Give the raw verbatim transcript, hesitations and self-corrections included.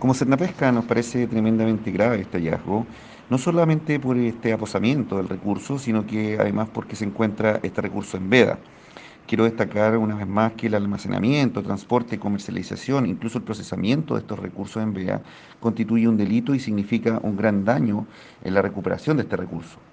Como Cernapesca nos parece tremendamente grave este hallazgo, no solamente por este aposamiento del recurso, sino que además porque se encuentra este recurso en veda. Quiero destacar una vez más que el almacenamiento, transporte, comercialización, incluso el procesamiento de estos recursos en veda constituye un delito y significa un gran daño en la recuperación de este recurso.